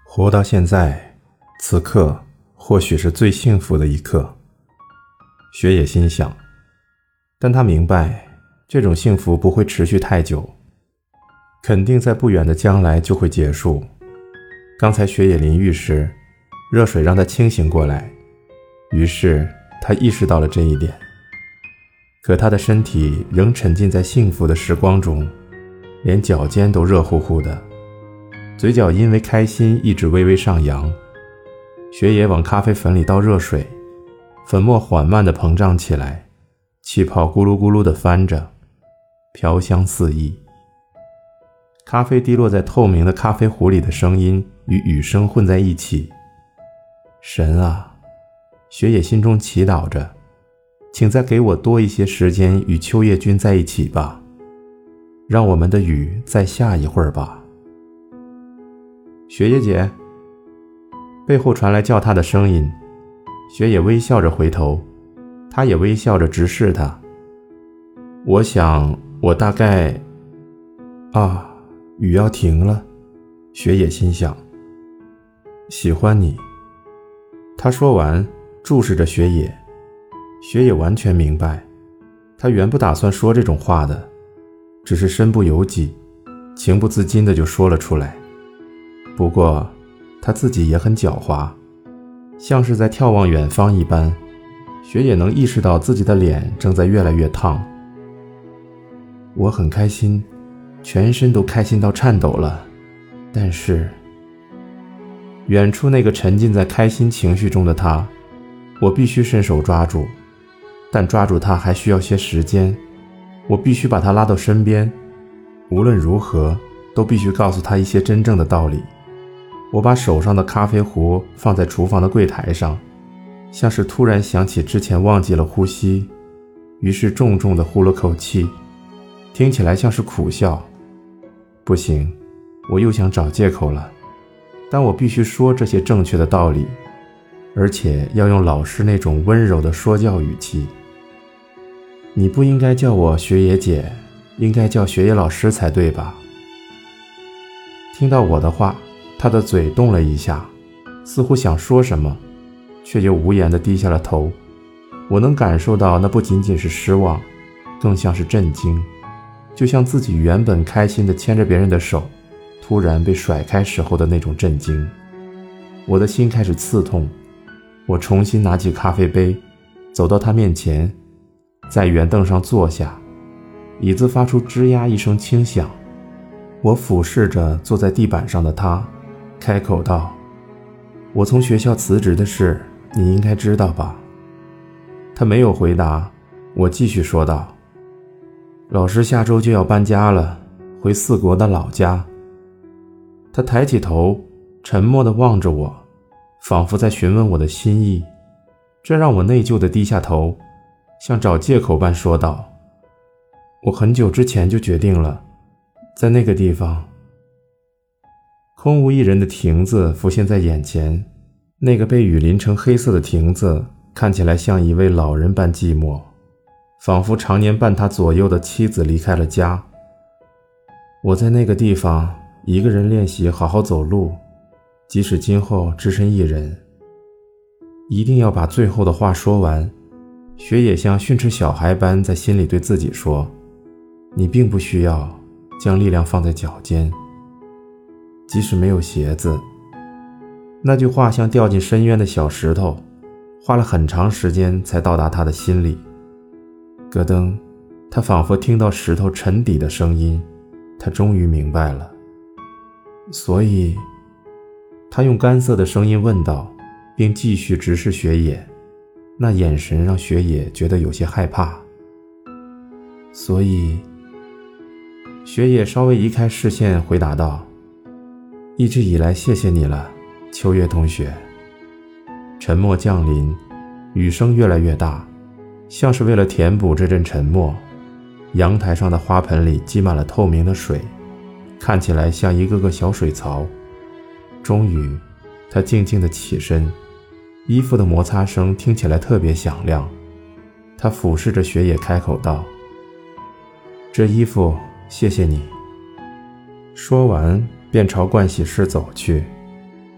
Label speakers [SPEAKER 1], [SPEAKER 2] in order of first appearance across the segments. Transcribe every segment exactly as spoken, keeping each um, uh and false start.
[SPEAKER 1] 活到现在，此刻或许是最幸福的一刻。雪野心想，但他明白这种幸福不会持续太久，肯定在不远的将来就会结束。刚才雪野淋浴时，热水让他清醒过来，于是他意识到了这一点。可他的身体仍沉浸在幸福的时光中，连脚尖都热乎乎的，嘴角因为开心一直微微上扬。雪野往咖啡粉里倒热水，粉末缓慢地膨胀起来，气泡咕噜咕噜地翻着，飘香四溢。咖啡滴落在透明的咖啡壶里的声音与雨声混在一起。神啊，雪野心中祈祷着，请再给我多一些时间与秋叶君在一起吧，让我们的雨再下一会儿吧。雪野姐，背后传来叫她的声音。雪野微笑着回头，她也微笑着直视他。我想我大概……啊，雨要停了，雪野心想。喜欢你。他说完，注视着雪野。雪野完全明白，他原不打算说这种话的，只是身不由己，情不自禁的就说了出来。不过他自己也很狡猾，像是在眺望远方一般，雪野能意识到自己的脸正在越来越烫。我很开心，全身都开心到颤抖了，但是……远处那个沉浸在开心情绪中的他，我必须伸手抓住，但抓住他还需要些时间，我必须把他拉到身边，无论如何都必须告诉他一些真正的道理。我把手上的咖啡壶放在厨房的柜台上，像是突然想起之前忘记了呼吸，于是重重地呼了口气，听起来像是苦笑。不行，我又想找借口了，但我必须说这些正确的道理，而且要用老师那种温柔的说教语气。你不应该叫我雪野姐，应该叫雪野老师才对吧？听到我的话，他的嘴动了一下，似乎想说什么，却又无言地低下了头。我能感受到那不仅仅是失望，更像是震惊，就像自己原本开心地牵着别人的手，突然被甩开时候的那种震惊。我的心开始刺痛，我重新拿起咖啡杯，走到他面前，在圆凳上坐下，椅子发出吱呀一声轻响。我俯视着坐在地板上的他，开口道：我从学校辞职的事你应该知道吧？他没有回答，我继续说道：老师下周就要搬家了，回四国的老家。他抬起头，沉默地望着我，仿佛在询问我的心意，这让我内疚地低下头，像找借口般说道：我很久之前就决定了，在那个地方。空无一人的亭子浮现在眼前，那个被雨淋成黑色的亭子看起来像一位老人般寂寞，仿佛常年伴他左右的妻子离开了家。我在那个地方一个人练习好好走路，即使今后只身一人。一定要把最后的话说完。雪野像训斥小孩般在心里对自己说，你并不需要将力量放在脚尖，即使没有鞋子。那句话像掉进深渊的小石头，花了很长时间才到达他的心里。咯噔，他仿佛听到石头沉底的声音，他终于明白了。所以，他用干涩的声音问道，并继续直视雪野，那眼神让雪野觉得有些害怕。所以，雪野稍微移开视线回答道：一直以来谢谢你了，秋月同学。沉默降临，雨声越来越大，像是为了填补这阵沉默，阳台上的花盆里积满了透明的水，看起来像一个个小水槽。终于，他静静地起身，衣服的摩擦声听起来特别响亮。他俯视着雪野开口道：这衣服谢谢你。说完便朝盥洗室走去。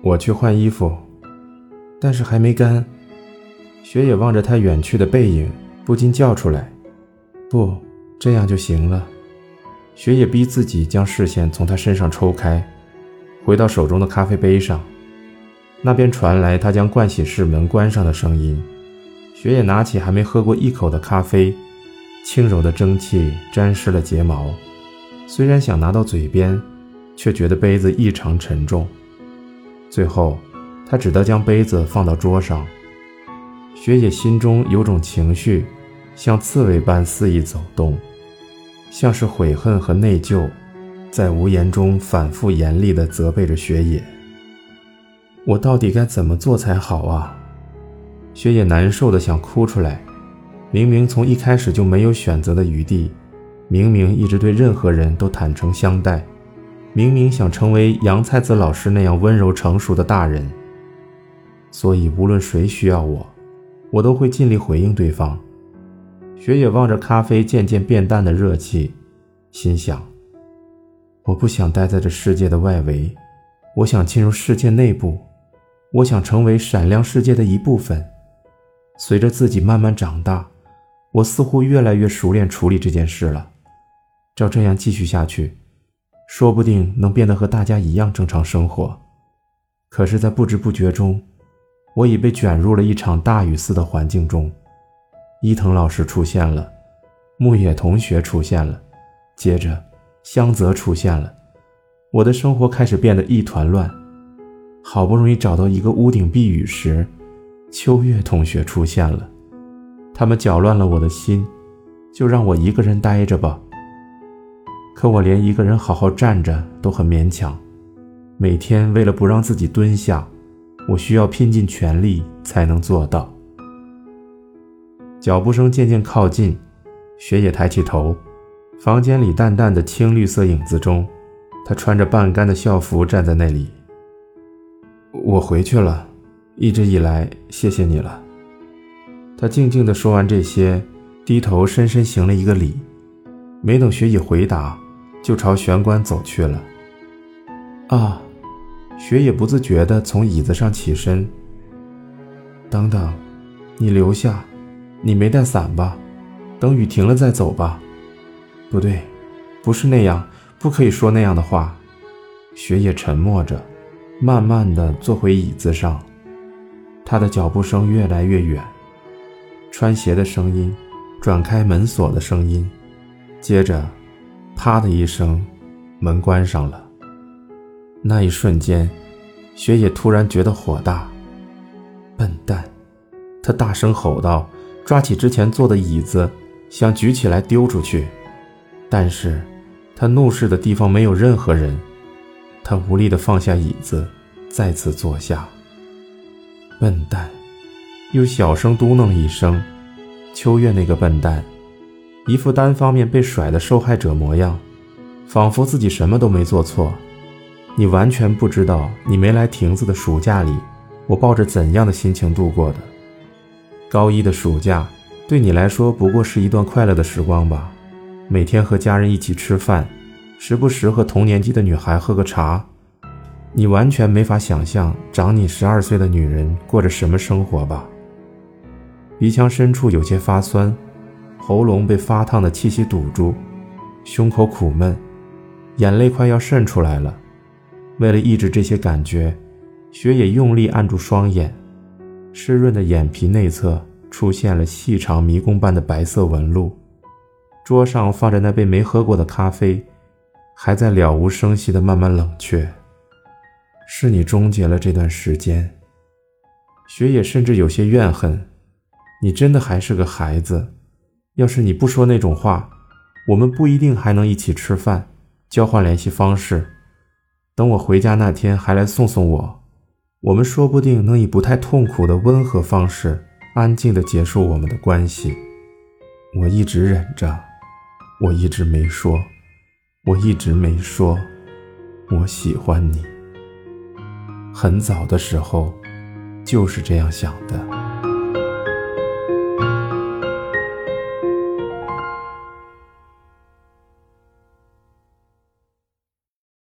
[SPEAKER 1] 我去换衣服，但是还没干。雪野望着他远去的背影，不禁叫出来，不，这样就行了。雪野逼自己将视线从他身上抽开，回到手中的咖啡杯上。那边传来他将盥洗室门关上的声音。雪野拿起还没喝过一口的咖啡，轻柔的蒸汽沾湿了睫毛，虽然想拿到嘴边，却觉得杯子异常沉重。最后他只得将杯子放到桌上。雪野心中有种情绪像刺猬般肆意走动，像是悔恨和内疚在无言中反复严厉地责备着雪野。我到底该怎么做才好啊？雪野难受地想哭出来，明明从一开始就没有选择的余地，明明一直对任何人都坦诚相待，明明想成为杨菜子老师那样温柔成熟的大人，所以无论谁需要我，我都会尽力回应对方。雪野望着咖啡渐渐变淡的热气，心想，我不想待在这世界的外围，我想进入世界内部，我想成为闪亮世界的一部分。随着自己慢慢长大，我似乎越来越熟练处理这件事了。照这样继续下去，说不定能变得和大家一样正常生活。可是在不知不觉中，我已被卷入了一场大雨似的环境中。伊藤老师出现了，木野同学出现了，接着香泽出现了，我的生活开始变得一团乱。好不容易找到一个屋顶避雨时，秋月同学出现了，他们搅乱了我的心，就让我一个人待着吧。可我连一个人好好站着都很勉强，每天为了不让自己蹲下，我需要拼尽全力才能做到。脚步声渐渐靠近，雪野抬起头，房间里淡淡的青绿色影子中，他穿着半干的校服站在那里。我回去了，一直以来谢谢你了。他静静地说完这些，低头深深行了一个礼，没等雪野回答，就朝玄关走去了。啊，雪野不自觉地从椅子上起身。等等，你留下，你没带伞吧？等雨停了再走吧。不对，不是那样，不可以说那样的话。雪野沉默着，慢慢地坐回椅子上。他的脚步声越来越远，穿鞋的声音，转开门锁的声音，接着啪的一声，门关上了。那一瞬间，雪野突然觉得火大。笨蛋，他大声吼道，抓起之前坐的椅子想举起来丢出去，但是他怒视的地方没有任何人。他无力地放下椅子，再次坐下。笨蛋，又小声嘟囔一声。秋月那个笨蛋，一副单方面被甩的受害者模样，仿佛自己什么都没做错。你完全不知道你没来亭子的暑假里，我抱着怎样的心情度过的。高一的暑假对你来说不过是一段快乐的时光吧，每天和家人一起吃饭，时不时和同年级的女孩喝个茶。你完全没法想象长你十二岁的女人过着什么生活吧。鼻腔深处有些发酸，喉咙被发烫的气息堵住，胸口苦闷，眼泪快要渗出来了。为了抑制这些感觉，雪野用力按住双眼，湿润的眼皮内侧出现了细长迷宫般的白色纹路。桌上放着那杯没喝过的咖啡，还在了无声息地慢慢冷却。是你终结了这段时间。雪野甚至有些怨恨，你真的还是个孩子，要是你不说那种话，我们不一定还能一起吃饭，交换联系方式。等我回家那天还来送送我，我们说不定能以不太痛苦的温和方式安静地结束我们的关系。我一直忍着，我一直没说，我一直没说，我喜欢你。很早的时候就是这样想的。